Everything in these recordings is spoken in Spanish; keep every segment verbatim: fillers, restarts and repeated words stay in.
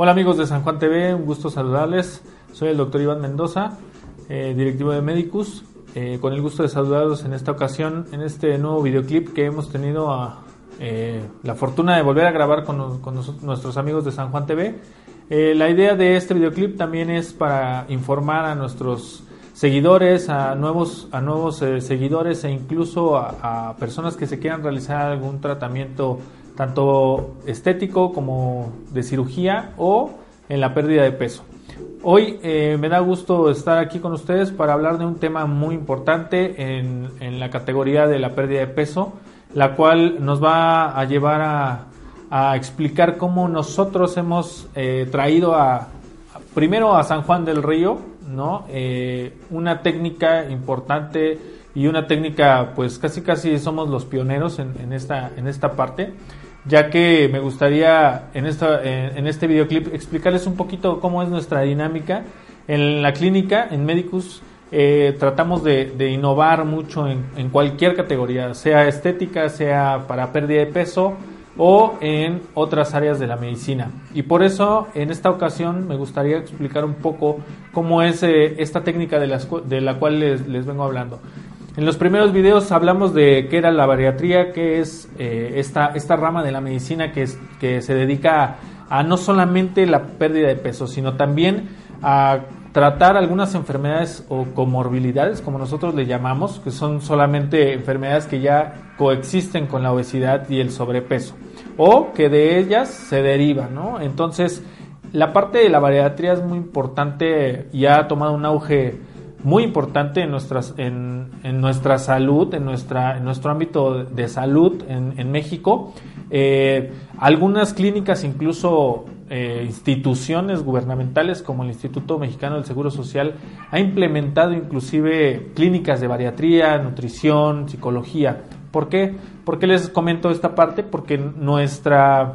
Hola amigos de San Juan T V, un gusto saludarles. Soy el doctor Iván Mendoza, eh, directivo de Medicus, eh, con el gusto de saludarlos en esta ocasión, en este nuevo videoclip que hemos tenido a, eh, la fortuna de volver a grabar con, con nosotros, nuestros amigos de San Juan T V. Eh, la idea de este videoclip también es para informar a nuestros seguidores, a nuevos, a nuevos eh, seguidores e incluso a, a personas que se quieran realizar algún tratamiento tanto estético como de cirugía o en la pérdida de peso. Hoy eh, me da gusto estar aquí con ustedes para hablar de un tema muy importante en, en la categoría de la pérdida de peso, la cual nos va a llevar a, a explicar cómo nosotros hemos eh, traído a, a primero a San Juan del Río, ¿no? Eh, una técnica importante y una técnica, pues casi casi somos los pioneros en, en esta en esta parte, ya que me gustaría en esta en, en este videoclip explicarles un poquito cómo es nuestra dinámica en la clínica. En Medicus eh, tratamos de, de innovar mucho en, en cualquier categoría, sea estética, sea para pérdida de peso o en otras áreas de la medicina, y por eso en esta ocasión me gustaría explicar un poco cómo es eh, esta técnica de, las, de la cual les, les vengo hablando. En los primeros videos hablamos de qué era la bariatría, qué es eh, esta, esta rama de la medicina que, es, que se dedica a, a no solamente la pérdida de peso, sino también a tratar algunas enfermedades o comorbilidades, como nosotros le llamamos, que son solamente enfermedades que ya coexisten con la obesidad y el sobrepeso, o que de ellas se derivan, ¿no? Entonces, la parte de la bariatría es muy importante y ha tomado un auge muy importante en nuestras en, en nuestra salud, en nuestra en nuestro ámbito de salud en, en México. Eh, algunas clínicas, incluso eh, instituciones gubernamentales como el Instituto Mexicano del Seguro Social, ha implementado inclusive clínicas de bariatría, nutrición, psicología. ¿Por qué? ¿Por qué les comento esta parte? Porque nuestra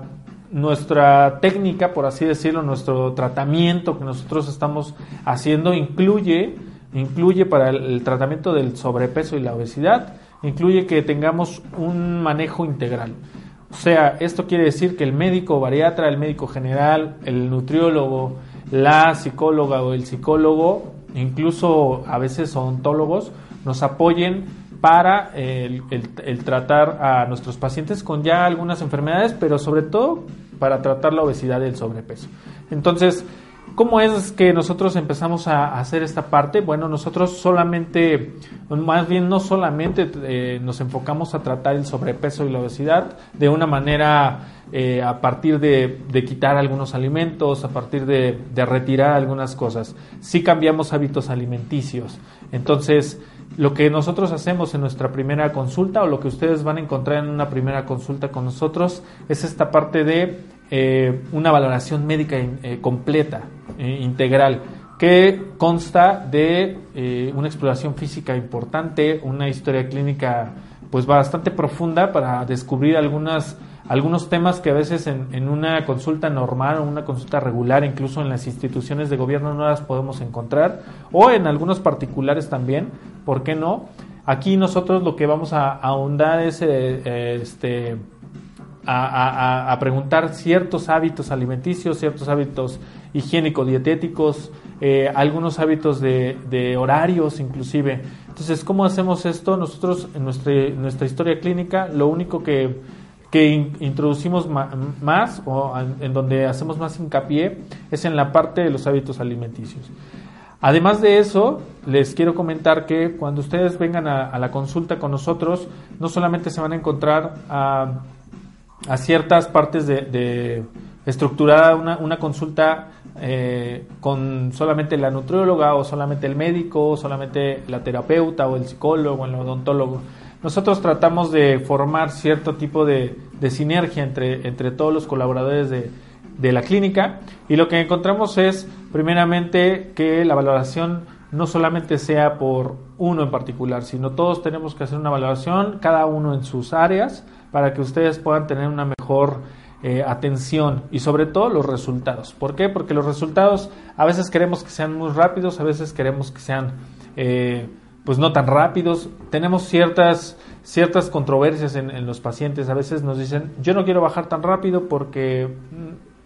nuestra técnica, por así decirlo, nuestro tratamiento que nosotros estamos haciendo incluye incluye para el, el tratamiento del sobrepeso y la obesidad, incluye que tengamos un manejo integral. O sea, esto quiere decir que el médico bariatra, el médico general, el nutriólogo, la psicóloga o el psicólogo, incluso a veces odontólogos, nos apoyen para el, el, el tratar a nuestros pacientes con ya algunas enfermedades, pero sobre todo para tratar la obesidad y el sobrepeso. Entonces, ¿cómo es que nosotros empezamos a hacer esta parte? Bueno, nosotros solamente, más bien no solamente eh, nos enfocamos a tratar el sobrepeso y la obesidad de una manera eh, a partir de, de quitar algunos alimentos, a partir de, de retirar algunas cosas. Sí cambiamos hábitos alimenticios. Entonces, lo que nosotros hacemos en nuestra primera consulta, o lo que ustedes van a encontrar en una primera consulta con nosotros, es esta parte de eh, una valoración médica eh, completa, eh, integral, que consta de eh, una exploración física importante, una historia clínica pues bastante profunda para descubrir algunas algunos temas que a veces en, en una consulta normal o una consulta regular, incluso en las instituciones de gobierno, no las podemos encontrar, o en algunos particulares también, ¿por qué no? Aquí nosotros lo que vamos a, a ahondar es eh, este, a, a, a preguntar ciertos hábitos alimenticios, ciertos hábitos higiénico-dietéticos, eh, algunos hábitos de, de horarios inclusive. Entonces, ¿cómo hacemos esto? Nosotros en nuestra, en nuestra historia clínica, lo único que que in, introducimos ma, más o en, en donde hacemos más hincapié es en la parte de los hábitos alimenticios. Además de eso, les quiero comentar que cuando ustedes vengan a, a la consulta con nosotros, no solamente se van a encontrar a, a ciertas partes de, de estructurada una, una consulta eh, con solamente la nutrióloga o solamente el médico o solamente la terapeuta o el psicólogo o el odontólogo. Nosotros tratamos de formar cierto tipo de, de sinergia entre, entre todos los colaboradores de, de la clínica, y lo que encontramos es primeramente que la valoración no solamente sea por uno en particular, sino todos tenemos que hacer una valoración, cada uno en sus áreas, para que ustedes puedan tener una mejor eh, atención y sobre todo los resultados. ¿Por qué? Porque los resultados a veces queremos que sean muy rápidos, a veces queremos que sean eh, pues no tan rápidos. Tenemos ciertas ciertas controversias en, en los pacientes. A veces nos dicen, yo no quiero bajar tan rápido porque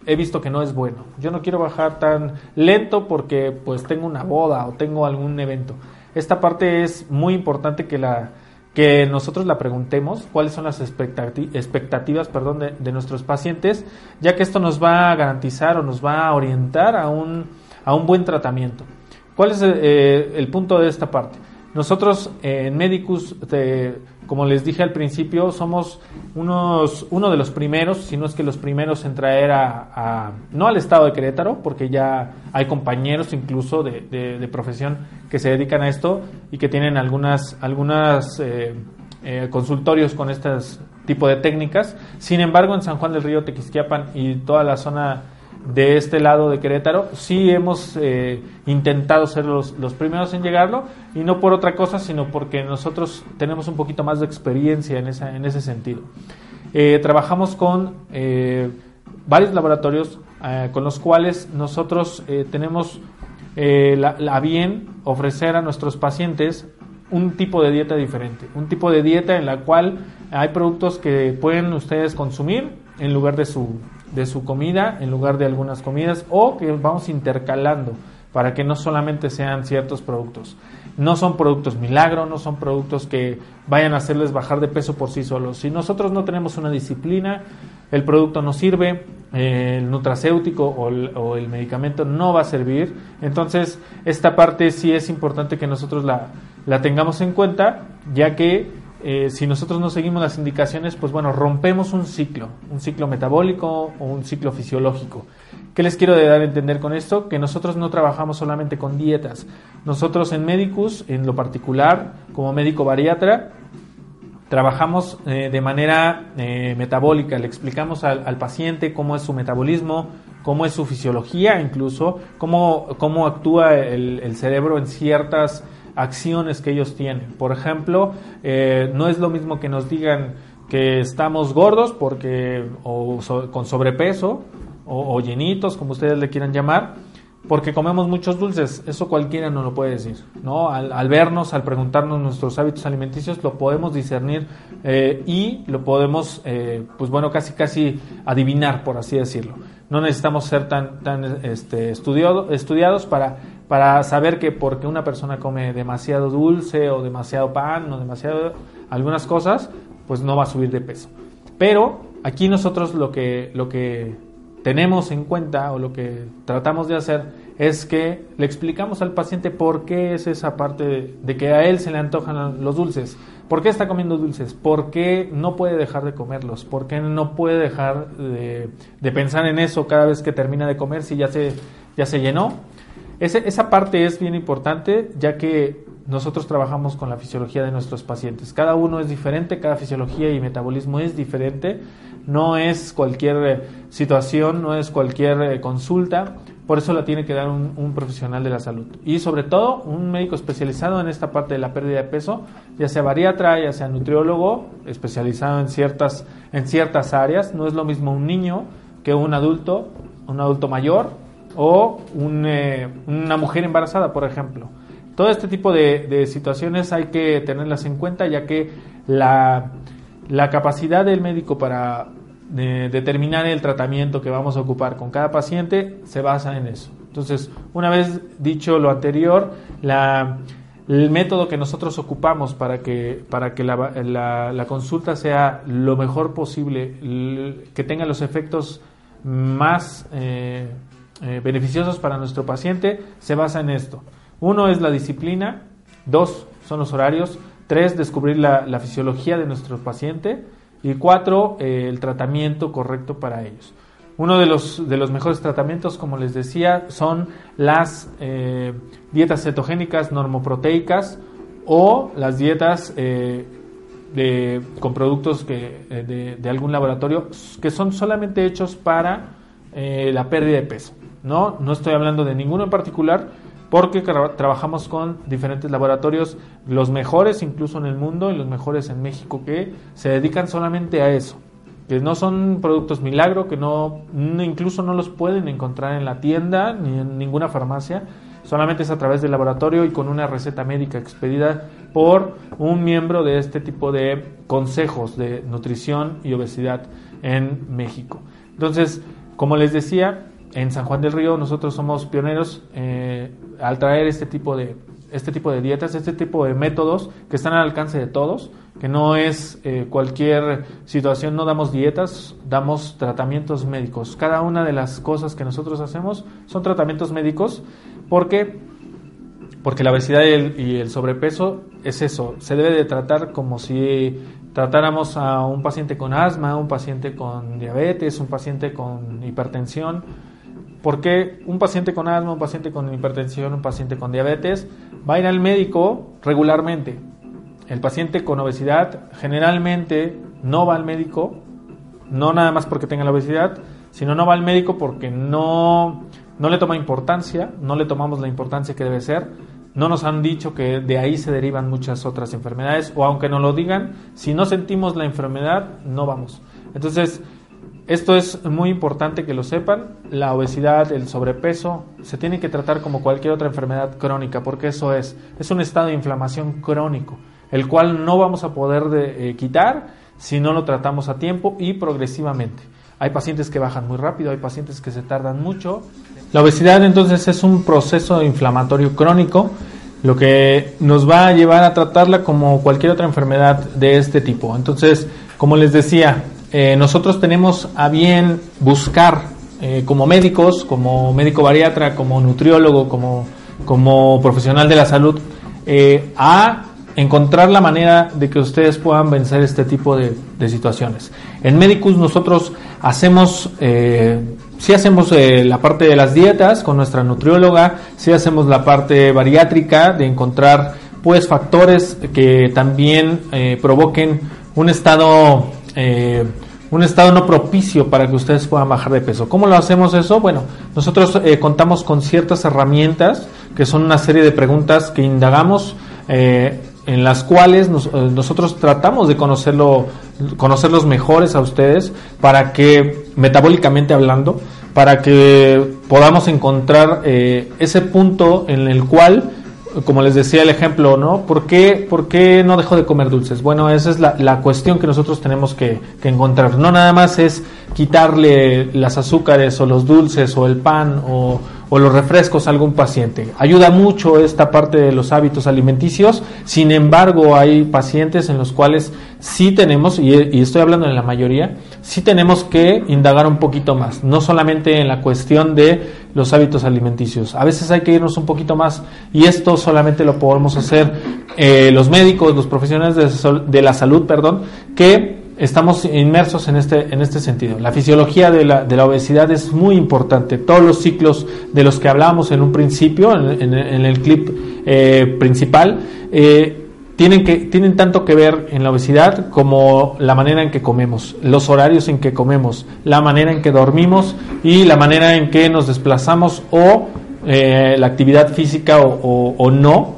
he visto que no es bueno. Yo no quiero bajar tan lento porque pues tengo una boda o tengo algún evento. Esta parte es muy importante que la que nosotros la preguntemos, cuáles son las expectati- expectativas perdón, de, de nuestros pacientes, ya que esto nos va a garantizar o nos va a orientar a un, a un buen tratamiento. ¿Cuál es el, eh, el punto de esta parte? Nosotros eh, en Medicus, de, como les dije al principio, somos unos, uno de los primeros, si no es que los primeros en traer a, a no al estado de Querétaro, porque ya hay compañeros incluso de, de, de profesión que se dedican a esto y que tienen algunas, algunas eh, eh, consultorios con este tipo de técnicas. Sin embargo, en San Juan del Río, Tequisquiapan y toda la zona de este lado de Querétaro, sí hemos eh, intentado ser los, los primeros en llegarlo, y no por otra cosa, sino porque nosotros tenemos un poquito más de experiencia en, esa, en ese sentido. Eh, trabajamos con eh, varios laboratorios eh, con los cuales nosotros eh, tenemos eh, la, la bien ofrecer a nuestros pacientes un tipo de dieta diferente, un tipo de dieta en la cual hay productos que pueden ustedes consumir en lugar de su de su comida, en lugar de algunas comidas, o que vamos intercalando para que no solamente sean ciertos productos. No son productos milagro, no son productos que vayan a hacerles bajar de peso por sí solos. Si nosotros no tenemos una disciplina, el producto no sirve, eh, el nutracéutico o el, o el medicamento no va a servir. Entonces, esta parte sí es importante que nosotros la, la tengamos en cuenta, ya que Eh, si nosotros no seguimos las indicaciones, pues bueno, rompemos un ciclo, un ciclo metabólico o un ciclo fisiológico. ¿Qué les quiero dar a entender con esto? Que nosotros no trabajamos solamente con dietas. Nosotros en Medicus, en lo particular, como médico bariatra, trabajamos eh, de manera eh, metabólica. Le explicamos al, al paciente cómo es su metabolismo, cómo es su fisiología incluso, cómo, cómo actúa el, el cerebro en ciertas acciones que ellos tienen. Por ejemplo, eh, no es lo mismo que nos digan que estamos gordos porque o so, con sobrepeso o, o llenitos, como ustedes le quieran llamar, porque comemos muchos dulces. Eso cualquiera nos lo puede decir, ¿no? Al, al vernos, al preguntarnos nuestros hábitos alimenticios, lo podemos discernir eh, y lo podemos, eh, pues bueno, casi casi adivinar, por así decirlo. No necesitamos ser tan tan este, estudiado, estudiados para para saber que porque una persona come demasiado dulce o demasiado pan o demasiado algunas cosas, pues no va a subir de peso. Pero aquí nosotros lo que lo que tenemos en cuenta o lo que tratamos de hacer es que le explicamos al paciente por qué es esa parte de, de que a él se le antojan los dulces, por qué está comiendo dulces, por qué no puede dejar de comerlos, por qué no puede dejar de, de pensar en eso cada vez que termina de comer si ya se, ya se llenó. Ese, esa parte es bien importante, ya que nosotros trabajamos con la fisiología de nuestros pacientes. Cada uno es diferente, cada fisiología y metabolismo es diferente. No es cualquier situación, no es cualquier consulta. Por eso la tiene que dar un, un profesional de la salud. Y sobre todo, un médico especializado en esta parte de la pérdida de peso, ya sea bariatra, ya sea nutriólogo, especializado en ciertas, en ciertas áreas. No es lo mismo un niño que un adulto, un adulto mayor, o un, eh, una mujer embarazada, por ejemplo. Todo este tipo de, de situaciones hay que tenerlas en cuenta, ya que la, la capacidad del médico para eh, determinar el tratamiento que vamos a ocupar con cada paciente se basa en eso. Entonces, una vez dicho lo anterior, la, el método que nosotros ocupamos para que, para que la, la, la consulta sea lo mejor posible, el, que tenga los efectos más eh, Eh, beneficiosos para nuestro paciente, se basa en esto. Uno es la disciplina, dos son los horarios, tres descubrir la, la fisiología de nuestro paciente y cuatro eh, el tratamiento correcto para ellos. Uno de los, de los mejores tratamientos, como les decía, son las eh, dietas cetogénicas normoproteicas o las dietas eh, de, con productos que, de, de algún laboratorio que son solamente hechos para eh, la pérdida de peso. No, no estoy hablando de ninguno en particular porque tra- trabajamos con diferentes laboratorios, los mejores incluso en el mundo y los mejores en México, que se dedican solamente a eso, que no son productos milagro, que no, no incluso no los pueden encontrar en la tienda ni en ninguna farmacia, solamente es a través del laboratorio y con una receta médica expedida por un miembro de este tipo de consejos de nutrición y obesidad en México. Entonces, Como les decía, en San Juan del Río nosotros somos pioneros eh, al traer este tipo de este tipo de dietas, este tipo de métodos que están al alcance de todos, que no es eh, cualquier situación, no damos dietas, damos tratamientos médicos. Cada una de las cosas que nosotros hacemos son tratamientos médicos, porque porque la obesidad y el, y el sobrepeso es eso, se debe de tratar como si tratáramos a un paciente con asma, un paciente con diabetes, un paciente con hipertensión. Porque un paciente con asma, un paciente con hipertensión, un paciente con diabetes va a ir al médico regularmente. El paciente con obesidad generalmente no va al médico, no nada más porque tenga la obesidad, sino no va al médico porque no, no le toma importancia, no le tomamos la importancia que debe ser. No nos han dicho que de ahí se derivan muchas otras enfermedades, o aunque nos lo digan, si no sentimos la enfermedad, no vamos. Entonces, esto es muy importante que lo sepan. La obesidad, el sobrepeso, se tiene que tratar como cualquier otra enfermedad crónica, porque eso es, es un estado de inflamación crónico, el cual no vamos a poder de, eh, quitar si no lo tratamos a tiempo y progresivamente. Hay pacientes que bajan muy rápido, hay pacientes que se tardan mucho. La obesidad entonces es un proceso inflamatorio crónico, lo que nos va a llevar a tratarla como cualquier otra enfermedad de este tipo. Entonces, como les decía, Eh, nosotros tenemos a bien buscar eh, como médicos, como médico bariatra, como nutriólogo, como, como profesional de la salud, eh, a encontrar la manera de que ustedes puedan vencer este tipo de, de situaciones. En Medicus nosotros hacemos, eh, sí hacemos eh, la parte de las dietas con nuestra nutrióloga, sí hacemos la parte bariátrica de encontrar pues factores que también eh, provoquen un estado Eh, un estado no propicio para que ustedes puedan bajar de peso. ¿Cómo lo hacemos eso? Bueno, nosotros eh, contamos con ciertas herramientas que son una serie de preguntas que indagamos, eh, en las cuales nos, eh, nosotros tratamos de conocerlo, conocerlos mejores a ustedes, para que, metabólicamente hablando, para que podamos encontrar eh, ese punto en el cual, como les decía el ejemplo, ¿no? ¿Por qué, por qué no dejo de comer dulces? Bueno, esa es la, la cuestión que nosotros tenemos que, que encontrar. No nada más es quitarle las azúcares o los dulces o el pan o, o los refrescos a algún paciente. Ayuda mucho esta parte de los hábitos alimenticios. Sin embargo, hay pacientes en los cuales sí tenemos, y, y estoy hablando de la mayoría, sí tenemos que indagar un poquito más. No solamente en la cuestión de los hábitos alimenticios. A veces hay que irnos un poquito más, y esto solamente lo podemos hacer eh, los médicos, los profesionales de, sol, de la salud, perdón, que estamos inmersos en este en este sentido. La fisiología de la, de la obesidad es muy importante. Todos los ciclos de los que hablábamos en un principio, en, en, en el clip eh, principal, eh, tienen que tienen tanto que ver en la obesidad como la manera en que comemos, los horarios en que comemos, la manera en que dormimos y la manera en que nos desplazamos, o eh, la actividad física o, o, o no,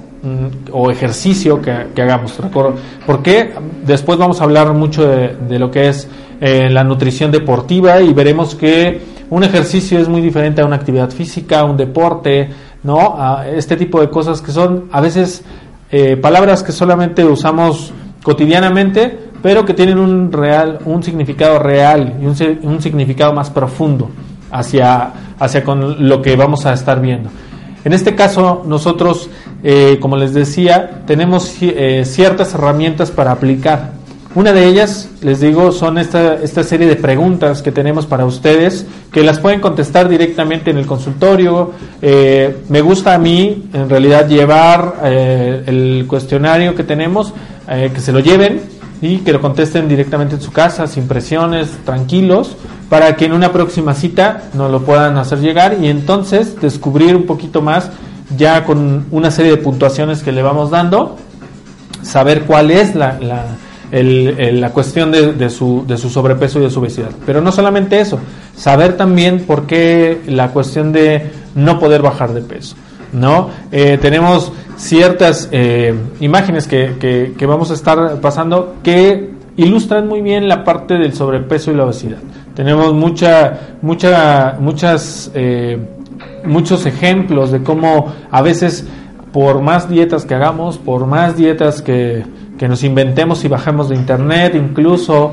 o ejercicio que, que hagamos. Porque después vamos a hablar mucho de, de lo que es eh, la nutrición deportiva, y veremos que un ejercicio es muy diferente a una actividad física, a un deporte, ¿no? A este tipo de cosas que son a veces eh, palabras que solamente usamos cotidianamente, pero que tienen un real, un significado real y un, un significado más profundo hacia, hacia con lo que vamos a estar viendo. En este caso, nosotros, eh, como les decía, tenemos eh, ciertas herramientas para aplicar. Una de ellas, les digo, son esta, esta serie de preguntas que tenemos para ustedes, que las pueden contestar directamente en el consultorio. Eh, me gusta a mí, en realidad, llevar eh, el cuestionario que tenemos, eh, que se lo lleven y que lo contesten directamente en su casa, sin presiones, tranquilos, para que en una próxima cita nos lo puedan hacer llegar, y entonces descubrir un poquito más, ya con una serie de puntuaciones que le vamos dando, saber cuál es la, la, el, el, la cuestión de, de, su, de su sobrepeso y de su obesidad. Pero no solamente eso, saber también por qué la cuestión de no poder bajar de peso, ¿no? Eh, tenemos ciertas eh, imágenes que, que, que vamos a estar pasando que ilustran muy bien la parte del sobrepeso y la obesidad. Tenemos mucha, mucha, muchas, eh, muchos ejemplos de cómo a veces, por más dietas que hagamos, por más dietas que, que nos inventemos y bajemos de internet, incluso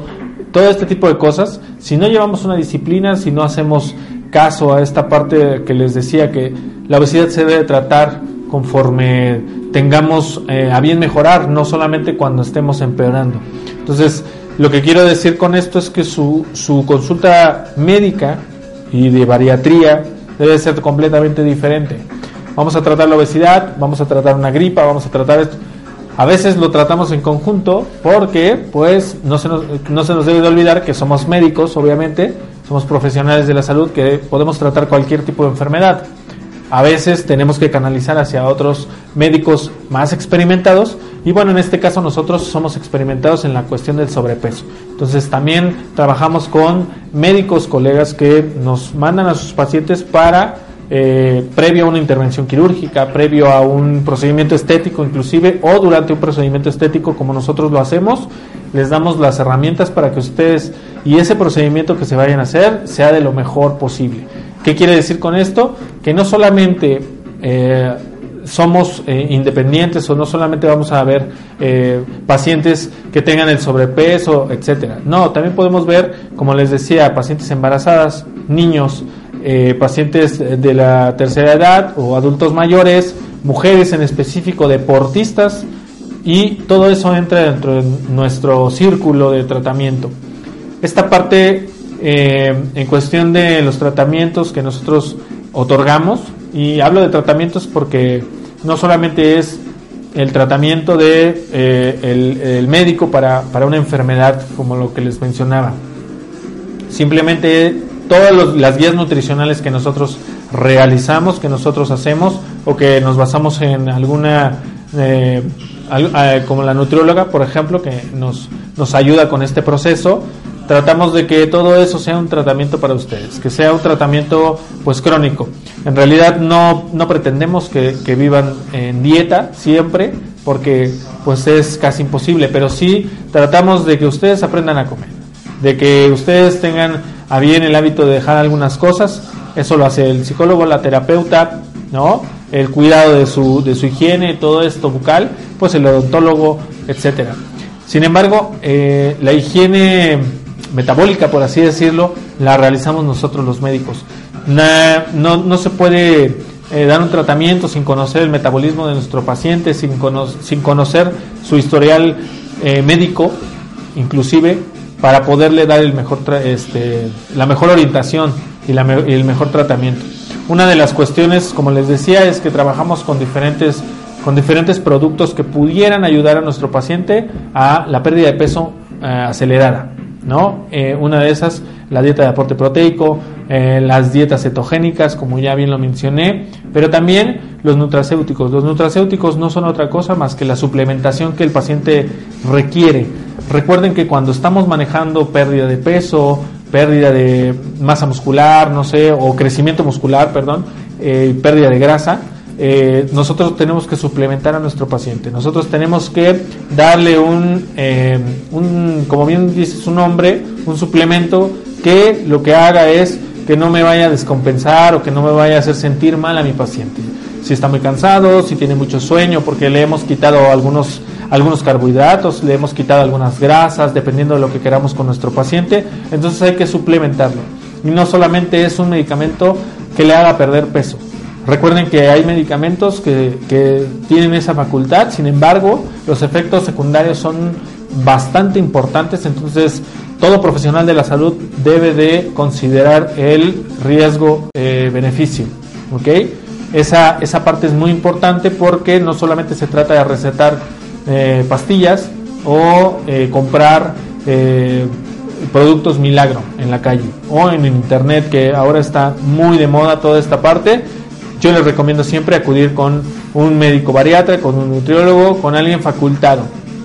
todo este tipo de cosas, si no llevamos una disciplina, si no hacemos caso a esta parte que les decía, que la obesidad se debe tratar conforme tengamos eh, a bien mejorar, no solamente cuando estemos empeorando. Entonces, lo que quiero decir con esto es que su, su consulta médica y de bariatría debe ser completamente diferente. Vamos a tratar la obesidad, vamos a tratar una gripa, vamos a tratar esto. A veces lo tratamos en conjunto porque pues no se nos, no se nos debe de olvidar que somos médicos, obviamente, somos profesionales de la salud, que podemos tratar cualquier tipo de enfermedad. A veces tenemos que canalizar hacia otros médicos más experimentados y bueno, en este caso nosotros somos experimentados en la cuestión del sobrepeso. Entonces también trabajamos con médicos, colegas que nos mandan a sus pacientes para, eh, previo a una intervención quirúrgica, previo a un procedimiento estético inclusive, o durante un procedimiento estético como nosotros lo hacemos, les damos las herramientas para que ustedes y ese procedimiento que se vayan a hacer sea de lo mejor posible. ¿Qué quiere decir con esto? Que no solamente eh, somos eh, independientes o no solamente vamos a ver eh, pacientes que tengan el sobrepeso, etcétera. No, también podemos ver, como les decía, pacientes embarazadas, niños, eh, pacientes de la tercera edad o adultos mayores, mujeres en específico, deportistas, y todo eso entra dentro de nuestro círculo de tratamiento. Esta parte eh, en cuestión de los tratamientos que nosotros otorgamos, y hablo de tratamientos porque no solamente es el tratamiento de eh, el, el médico para, para una enfermedad como lo que les mencionaba, simplemente todas los, las guías nutricionales que nosotros realizamos, que nosotros hacemos o que nos basamos en alguna eh, como la nutrióloga, por ejemplo, que nos, nos ayuda con este proceso. Tratamos de que todo eso sea un tratamiento para ustedes, que sea un tratamiento pues crónico. En realidad no, no pretendemos que, que vivan en dieta siempre, porque pues es casi imposible, pero sí tratamos de que ustedes aprendan a comer, de que ustedes tengan a bien el hábito de dejar algunas cosas. Eso lo hace el psicólogo, la terapeuta, ¿no? El cuidado de su, de su higiene, todo esto bucal, pues el odontólogo, etcétera. Sin embargo, eh, la higiene metabólica, por así decirlo, la realizamos nosotros los médicos. Na, no, no se puede eh, dar un tratamiento sin conocer el metabolismo de nuestro paciente, sin, cono- sin conocer su historial eh, médico, inclusive, para poderle dar el mejor tra- este, la mejor orientación y, la me- y el mejor tratamiento. Una de las cuestiones, como les decía, es que trabajamos con diferentes, con diferentes productos que pudieran ayudar a nuestro paciente a la pérdida de peso eh, acelerada, ¿no? Eh, una de esas, la dieta de aporte proteico, eh, las dietas cetogénicas, como ya bien lo mencioné, pero también los nutracéuticos. Los nutracéuticos no son otra cosa más que la suplementación que el paciente requiere. Recuerden que cuando estamos manejando pérdida de peso, pérdida de masa muscular, no sé, o crecimiento muscular, perdón, eh, pérdida de grasa, eh, nosotros tenemos que suplementar a nuestro paciente. Nosotros tenemos que darle un, eh, un, como bien dice su nombre, un suplemento que lo que haga es que no me vaya a descompensar o que no me vaya a hacer sentir mal a mi paciente. Si está muy cansado, si tiene mucho sueño, porque le hemos quitado algunos algunos carbohidratos, le hemos quitado algunas grasas, dependiendo de lo que queramos con nuestro paciente, entonces hay que suplementarlo. Y no solamente es un medicamento que le haga perder peso. Recuerden que hay medicamentos que, que tienen esa facultad, sin embargo, los efectos secundarios son bastante importantes, entonces todo profesional de la salud debe de considerar el riesgo-beneficio, eh, ¿ok? Esa, esa parte es muy importante porque no solamente se trata de recetar Eh, pastillas o eh, comprar eh, productos milagro en la calle o en internet, que ahora está muy de moda toda esta parte. Yo les recomiendo siempre acudir con un médico bariatra, con un nutriólogo, con alguien facultado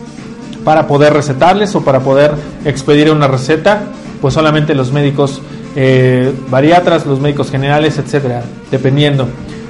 para poder recetarles o para poder expedir una receta, pues solamente los médicos eh, bariatras, los médicos generales, etcétera, dependiendo.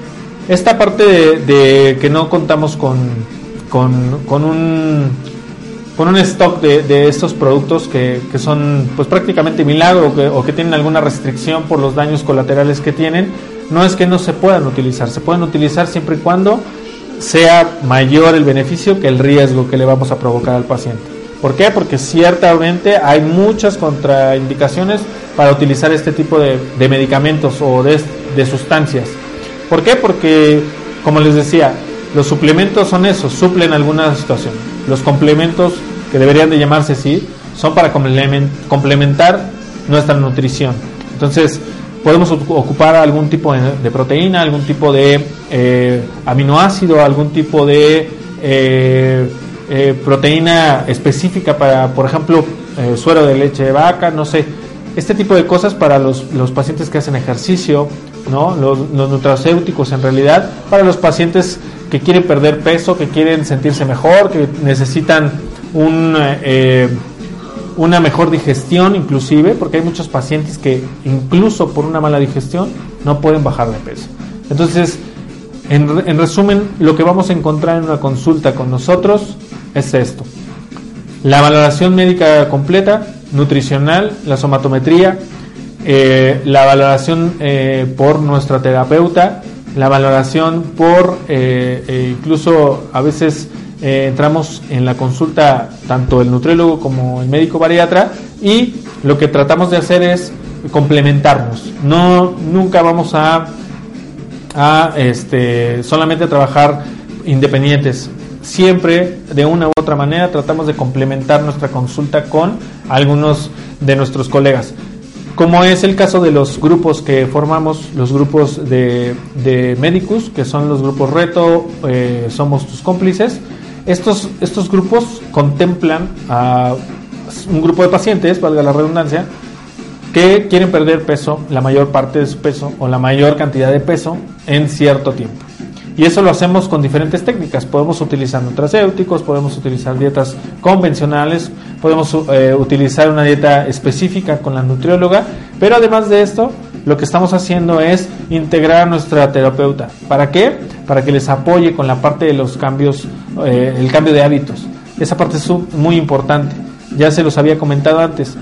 Esta parte de, de que no contamos con Con, con un con un stock de, de estos productos que, que son pues prácticamente milagro, que, o que tienen alguna restricción por los daños colaterales que tienen, no es que no se puedan utilizar, se pueden utilizar siempre y cuando sea mayor el beneficio que el riesgo que le vamos a provocar al paciente. ¿Por qué? Porque ciertamente hay muchas contraindicaciones para utilizar este tipo de, de medicamentos o de, de sustancias. ¿Por qué? Porque, como les decía, los suplementos son eso, suplen alguna situación. Los complementos, que deberían de llamarse así, son para complementar nuestra nutrición. Entonces, podemos ocupar algún tipo de, de proteína, algún tipo de eh, aminoácido, algún tipo de eh, eh, proteína específica para, por ejemplo, eh, suero de leche de vaca, no sé, este tipo de cosas para los, los pacientes que hacen ejercicio, ¿no? Los, los nutracéuticos, en realidad, para los pacientes que quieren perder peso, que quieren sentirse mejor, que necesitan un eh, una mejor digestión, inclusive, porque hay muchos pacientes que incluso por una mala digestión no pueden bajar de peso. Entonces, en, en resumen, lo que vamos a encontrar en una consulta con nosotros es esto: la valoración médica completa, nutricional, la somatometría, eh, la valoración eh, por nuestra terapeuta, la valoración por eh, eh, incluso a veces Eh, entramos en la consulta tanto el nutriólogo como el médico bariatra, y lo que tratamos de hacer es complementarnos. No, nunca vamos a, a este, solamente trabajar independientes. Siempre, de una u otra manera, tratamos de complementar nuestra consulta con algunos de nuestros colegas, como es el caso de los grupos que formamos, los grupos de, de Medicus, que son los grupos Reto, eh, Somos Tus Cómplices. Estos, estos grupos contemplan a un grupo de pacientes, valga la redundancia, que quieren perder peso, la mayor parte de su peso o la mayor cantidad de peso en cierto tiempo. Y eso lo hacemos con diferentes técnicas. Podemos utilizar nutracéuticos, podemos utilizar dietas convencionales, podemos eh, utilizar una dieta específica con la nutrióloga, pero además de esto, lo que estamos haciendo es integrar a nuestra terapeuta. ¿Para qué? Para que les apoye con la parte de los cambios, eh, el cambio de hábitos. Esa parte es muy importante. Ya se los había comentado antes.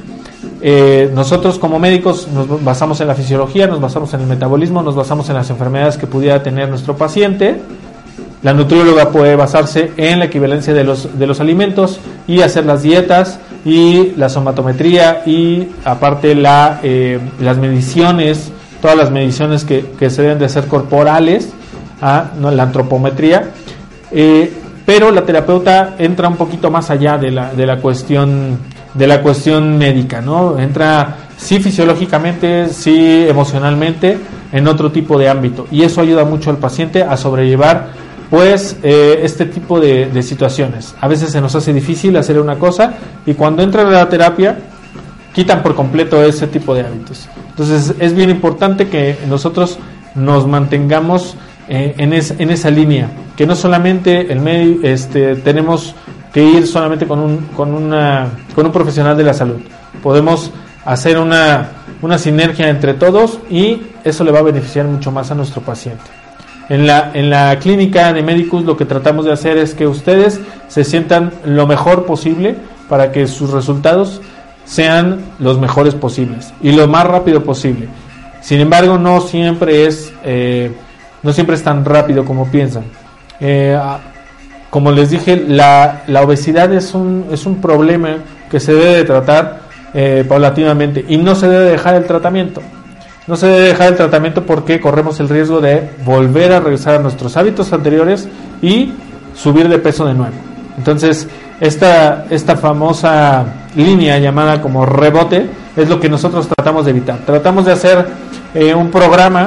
Eh, nosotros como médicos nos basamos en la fisiología, nos basamos en el metabolismo, nos basamos en las enfermedades que pudiera tener nuestro paciente. La nutrióloga puede basarse en la equivalencia de los, de los alimentos y hacer las dietas y la somatometría y aparte la, eh, las mediciones, todas las mediciones que, que se deben de hacer corporales, ¿ah? ¿No? La antropometría. Eh, pero la terapeuta entra un poquito más allá de la, de la cuestión de la cuestión médica, ¿no? Entra sí fisiológicamente, sí emocionalmente, en otro tipo de ámbito, y eso ayuda mucho al paciente a sobrellevar pues eh, este tipo de, de situaciones. A veces se nos hace difícil hacer una cosa y cuando entra en la terapia quitan por completo ese tipo de hábitos. Entonces es bien importante que nosotros nos mantengamos eh, en, es, en esa línea, que no solamente el medio, este, tenemos que ir solamente con un, con una, con un profesional de la salud. Podemos hacer una, una sinergia entre todos y eso le va a beneficiar mucho más a nuestro paciente. En la, en la clínica de Medicus lo que tratamos de hacer es que ustedes se sientan lo mejor posible para que sus resultados sean los mejores posibles y lo más rápido posible. Sin embargo, no siempre es, eh, no siempre es tan rápido como piensan. Eh, Como les dije, la, la obesidad es un, es un problema que se debe de tratar eh, paulatinamente y no se debe dejar el tratamiento. No se debe dejar el tratamiento porque corremos el riesgo de volver a regresar a nuestros hábitos anteriores y subir de peso de nuevo. Entonces, esta, esta famosa línea llamada como rebote es lo que nosotros tratamos de evitar. Tratamos de hacer eh, un programa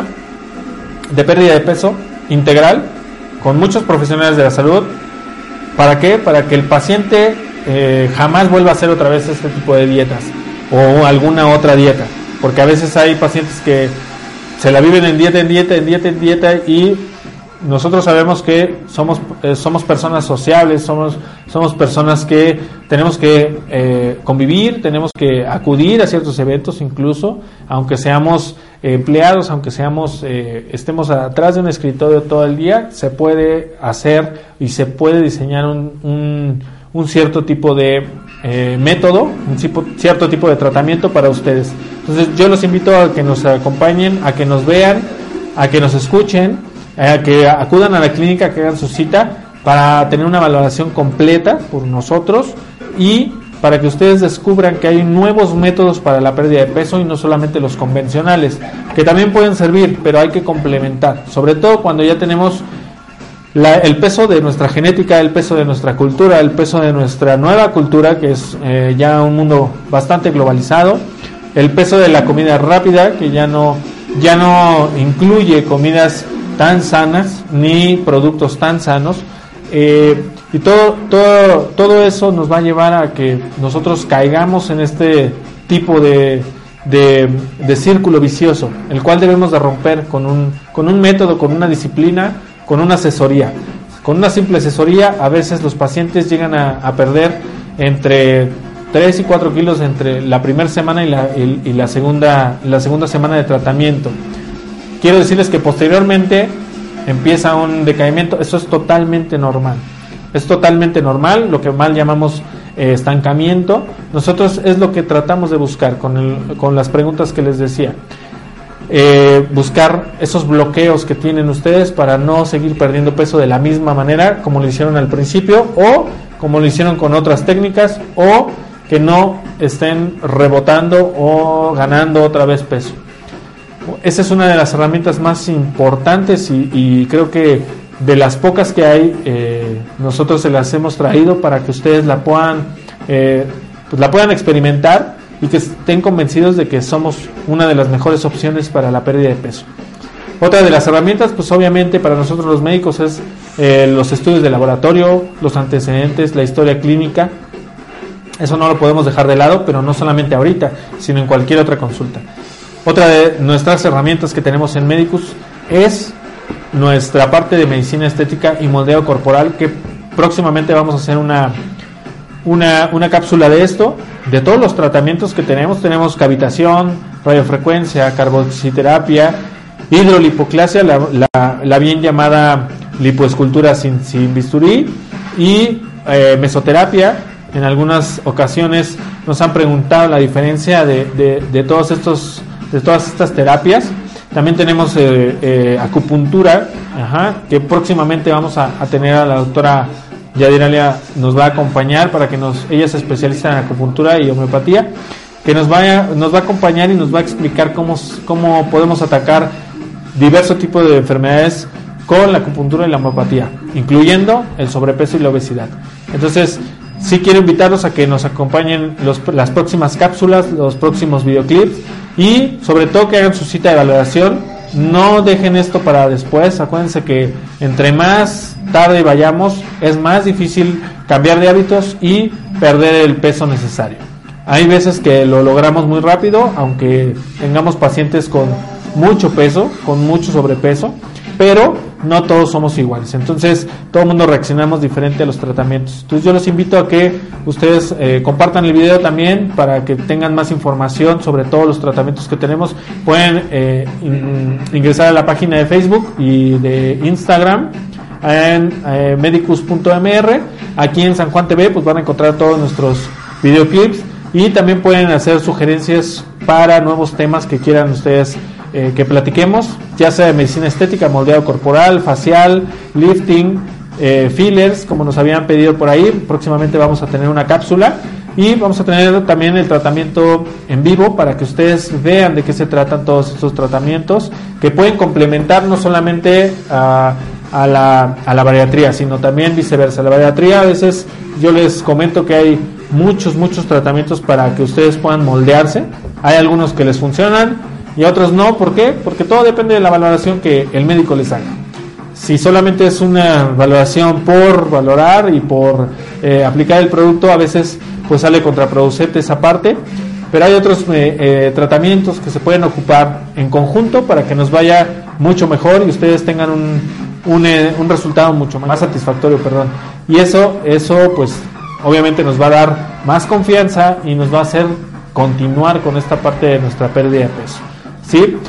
de pérdida de peso integral con muchos profesionales de la salud. ¿Para qué? Para que el paciente eh, jamás vuelva a hacer otra vez este tipo de dietas o alguna otra dieta, porque a veces hay pacientes que se la viven en dieta, en dieta, en dieta, en dieta y nosotros sabemos que somos eh, somos personas sociables, somos somos personas que tenemos que eh, convivir, tenemos que acudir a ciertos eventos, incluso aunque seamos empleados, aunque seamos eh, estemos atrás de un escritorio todo el día, se puede hacer y se puede diseñar un, un, un cierto tipo de eh, método, un tipo, cierto tipo de tratamiento para ustedes. Entonces yo los invito a que nos acompañen, a que nos vean, a que nos escuchen, a que acudan a la clínica, que hagan su cita para tener una valoración completa por nosotros y para que ustedes descubran que hay nuevos métodos para la pérdida de peso y no solamente los convencionales, que también pueden servir, pero hay que complementar, sobre todo cuando ya tenemos la, el peso de nuestra genética, el peso de nuestra cultura, el peso de nuestra nueva cultura, que es eh, ya un mundo bastante globalizado, el peso de la comida rápida, que ya no, ya no incluye comidas tan sanas ni productos tan sanos, eh, y todo, todo, todo eso nos va a llevar a que nosotros caigamos en este tipo de, de, de círculo vicioso, el cual debemos de romper con un, con un método, con una disciplina, con una asesoría. Con una simple asesoría, a veces los pacientes llegan a, a perder entre tres y cuatro kilos entre la primera semana y la, y, y la, segunda, la segunda semana de tratamiento. Quiero decirles que posteriormente empieza un decaimiento. Eso es totalmente normal. Es totalmente normal, lo que mal llamamos eh, estancamiento. Nosotros es lo que tratamos de buscar con, el, con las preguntas que les decía. Eh, buscar esos bloqueos que tienen ustedes para no seguir perdiendo peso de la misma manera como lo hicieron al principio, o como lo hicieron con otras técnicas, o que no estén rebotando o ganando otra vez peso. Esa es una de las herramientas más importantes y, y creo que de las pocas que hay, eh, nosotros se las hemos traído para que ustedes la puedan, eh, pues la puedan experimentar y que estén convencidos de que somos una de las mejores opciones para la pérdida de peso. Otra de las herramientas, pues obviamente para nosotros los médicos, es eh, los estudios de laboratorio, los antecedentes, la historia clínica. Eso no lo podemos dejar de lado, pero no solamente ahorita, sino en cualquier otra consulta. Otra de nuestras herramientas que tenemos en Medicus es nuestra parte de medicina estética y moldeo corporal, que próximamente vamos a hacer una, una, una cápsula de esto, de todos los tratamientos que tenemos. Tenemos cavitación, radiofrecuencia, carboxiterapia, hidrolipoclasia, la, la, la bien llamada lipoescultura sin, sin bisturí, y eh, mesoterapia. En algunas ocasiones nos han preguntado la diferencia de, de, de todos estos, de todas estas terapias. También tenemos eh, eh, acupuntura, ajá, que próximamente vamos a, a tener a la doctora Yadiralia, nos va a acompañar para que nos, ella se especializa en acupuntura y homeopatía, que nos vaya, nos va a acompañar y nos va a explicar cómo, cómo podemos atacar diversos tipos de enfermedades con la acupuntura y la homeopatía, incluyendo el sobrepeso y la obesidad. Entonces, sí quiero invitarlos a que nos acompañen los, las próximas cápsulas, los próximos videoclips, y sobre todo que hagan su cita de valoración. No dejen esto para después. Acuérdense que entre más tarde vayamos, es más difícil cambiar de hábitos y perder el peso necesario. Hay veces que lo logramos muy rápido, aunque tengamos pacientes con mucho peso, con mucho sobrepeso, pero no todos somos iguales. Entonces, todo el mundo reaccionamos diferente a los tratamientos. Entonces, yo los invito a que ustedes eh, compartan el video también para que tengan más información sobre todos los tratamientos que tenemos. Pueden eh, in, ingresar a la página de Facebook y de Instagram en eh, medicus punto m r. Aquí en San Juan T V pues van a encontrar todos nuestros videoclips, y también pueden hacer sugerencias para nuevos temas que quieran ustedes Eh, que platiquemos, ya sea de medicina estética, moldeado corporal, facial, lifting, eh, fillers, como nos habían pedido por ahí. Próximamente vamos a tener una cápsula y vamos a tener también el tratamiento en vivo para que ustedes vean de qué se tratan todos estos tratamientos, que pueden complementar no solamente a, a, la, a la bariatría, sino también viceversa. La bariatría, a veces yo les comento que hay muchos, muchos tratamientos para que ustedes puedan moldearse. Hay algunos que les funcionan y otros no. ¿Por qué? Porque todo depende de la valoración que el médico les haga. Si solamente es una valoración por valorar y por eh, aplicar el producto, a veces pues sale contraproducente esa parte, pero hay otros eh, eh, tratamientos que se pueden ocupar en conjunto para que nos vaya mucho mejor y ustedes tengan un, un, eh, un resultado mucho más satisfactorio, perdón. Y eso, eso pues obviamente nos va a dar más confianza y nos va a hacer continuar con esta parte de nuestra pérdida de peso. ¿Sí?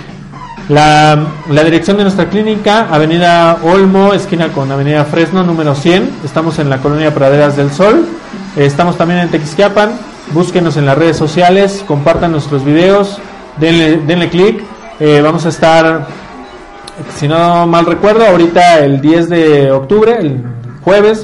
La, la dirección de nuestra clínica, Avenida Olmo, esquina con Avenida Fresno, número cien. Estamos en la colonia Praderas del Sol. Eh, estamos también en Tequisquiapan. Búsquenos en las redes sociales, compartan nuestros videos, denle, denle clic. Eh, vamos a estar, si no mal recuerdo, ahorita el diez de octubre, el jueves,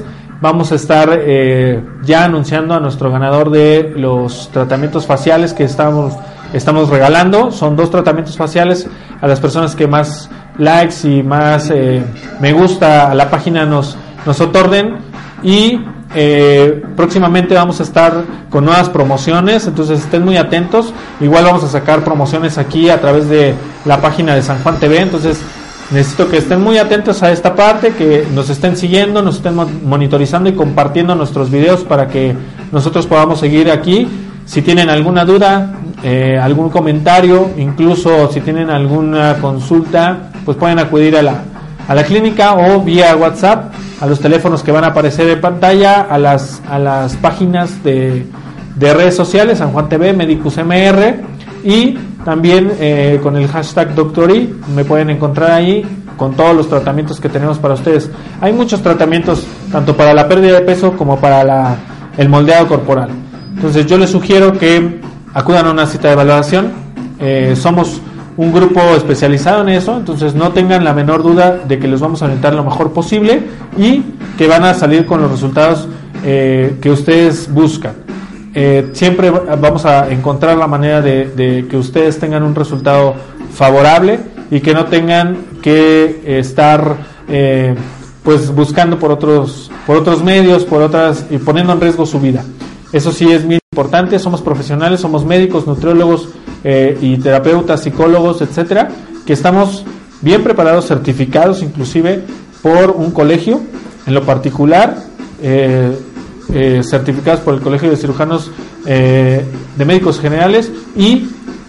vamos a estar eh, ya anunciando a nuestro ganador de los tratamientos faciales que estamos, estamos regalando. Son dos tratamientos faciales. A las personas que más likes y más eh, me gusta a la página nos, nos otorguen. Y eh, próximamente vamos a estar con nuevas promociones, entonces estén muy atentos. Igual vamos a sacar promociones aquí a través de la página de San Juan T V, entonces necesito que estén muy atentos a esta parte, que nos estén siguiendo, nos estén monitorizando y compartiendo nuestros videos para que nosotros podamos seguir aquí. Si tienen alguna duda, eh, algún comentario, incluso si tienen alguna consulta, pues pueden acudir a la, a la clínica o vía WhatsApp a los teléfonos que van a aparecer en pantalla, a las, a las páginas de, de redes sociales, San Juan T V, Medicus M R, y también eh, con el hashtag Doctori me pueden encontrar ahí con todos los tratamientos que tenemos para ustedes. Hay muchos tratamientos, tanto para la pérdida de peso como para la, el moldeado corporal. Entonces yo les sugiero que acudan a una cita de valoración. Eh, somos un grupo especializado en eso, entonces no tengan la menor duda de que les vamos a orientar lo mejor posible y que van a salir con los resultados eh, que ustedes buscan. Eh, siempre vamos a encontrar la manera de, de que ustedes tengan un resultado favorable y que no tengan que estar eh, pues buscando por otros por otros medios, por otras y poniendo en riesgo su vida. Eso sí es muy importante. Somos profesionales, somos médicos, nutriólogos eh, y terapeutas, psicólogos, etcétera, que estamos bien preparados, certificados inclusive por un colegio, en lo particular eh, eh, certificados por el Colegio de Cirujanos eh, de Médicos Generales y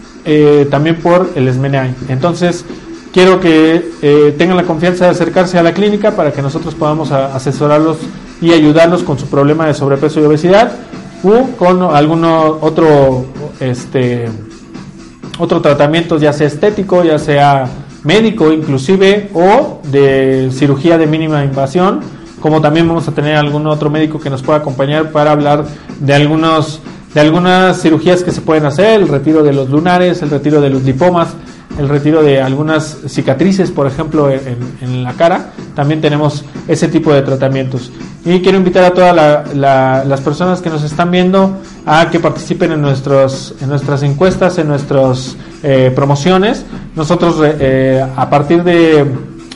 eh, también por el S M N A I. Entonces quiero que eh, tengan la confianza de acercarse a la clínica para que nosotros podamos a, asesorarlos y ayudarlos con su problema de sobrepeso y obesidad, o con alguno otro este otro tratamiento, ya sea estético, ya sea médico inclusive, o de cirugía de mínima invasión, como también vamos a tener algún otro médico que nos pueda acompañar para hablar de algunos de algunas cirugías que se pueden hacer, el retiro de los lunares, el retiro de los lipomas, el retiro de algunas cicatrices, por ejemplo, en, en la cara. También tenemos ese tipo de tratamientos. Y quiero invitar a todas la, la, las personas que nos están viendo a que participen en nuestros en nuestras encuestas, en nuestras eh, promociones. Nosotros eh, a partir de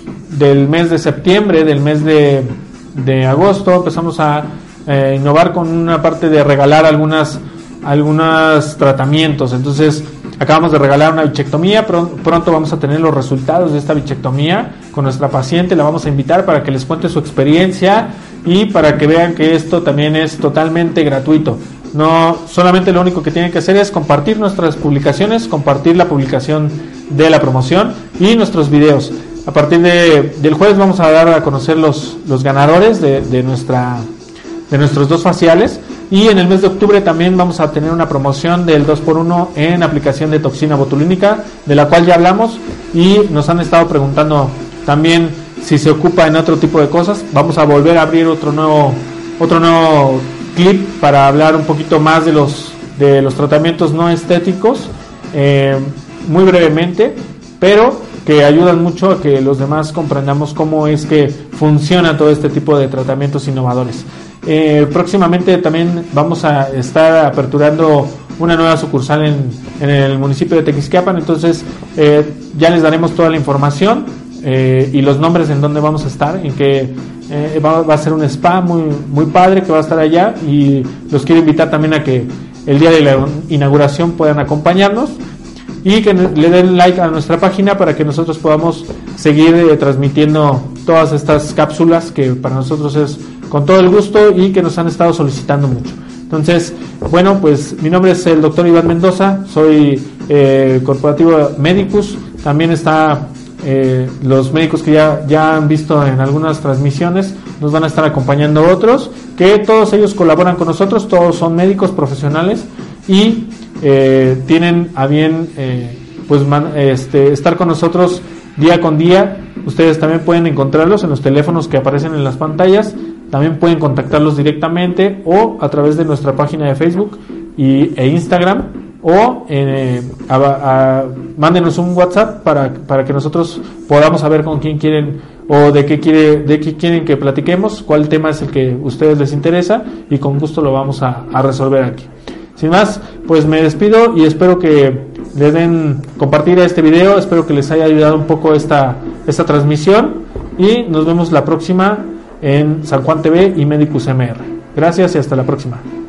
del mes de septiembre, del mes de, de agosto, empezamos a eh, innovar con una parte de regalar algunas algunos tratamientos. Entonces acabamos de regalar una bichectomía, pronto vamos a tener los resultados de esta bichectomía con nuestra paciente, la vamos a invitar para que les cuente su experiencia y para que vean que esto también es totalmente gratuito. No, solamente lo único que tienen que hacer es compartir nuestras publicaciones, compartir la publicación de la promoción y nuestros videos. A partir de, del jueves vamos a dar a conocer los, los ganadores de, de, nuestra, de nuestros dos faciales. Y en el mes de octubre también vamos a tener una promoción del dos por uno en aplicación de toxina botulínica, de la cual ya hablamos y nos han estado preguntando también si se ocupa en otro tipo de cosas. Vamos a volver a abrir otro nuevo otro nuevo clip para hablar un poquito más de los de los tratamientos no estéticos, eh, muy brevemente, pero que ayudan mucho a que los demás comprendamos cómo es que funciona todo este tipo de tratamientos innovadores. Eh, próximamente también vamos a estar aperturando una nueva sucursal en, en el municipio de Tequisquiapan, entonces eh, ya les daremos toda la información eh, y los nombres en donde vamos a estar, en que eh, va, va a ser un spa muy, muy padre que va a estar allá, y los quiero invitar también a que el día de la inauguración puedan acompañarnos y que le den like a nuestra página para que nosotros podamos seguir eh, transmitiendo todas estas cápsulas que para nosotros es con todo el gusto y que nos han estado solicitando mucho. Entonces, bueno, pues mi nombre es el doctor Iván Mendoza, soy eh, corporativo Medicus, también está eh, los médicos que ya, ya han visto en algunas transmisiones, nos van a estar acompañando otros, que todos ellos colaboran con nosotros, todos son médicos profesionales y eh, tienen a bien eh, pues man, este, estar con nosotros día con día. Ustedes también pueden encontrarlos en los teléfonos que aparecen en las pantallas. También pueden contactarlos directamente o a través de nuestra página de Facebook y, e Instagram, o eh, a, a, mándenos un WhatsApp para, para que nosotros podamos saber con quién quieren o de qué quiere, de qué quieren que platiquemos, cuál tema es el que a ustedes les interesa, y con gusto lo vamos a, a resolver aquí. Sin más, pues me despido y espero que le den compartir a este video, espero que les haya ayudado un poco esta, esta transmisión, y nos vemos la próxima en San Juan T V y Medicus M R. Gracias y hasta la próxima.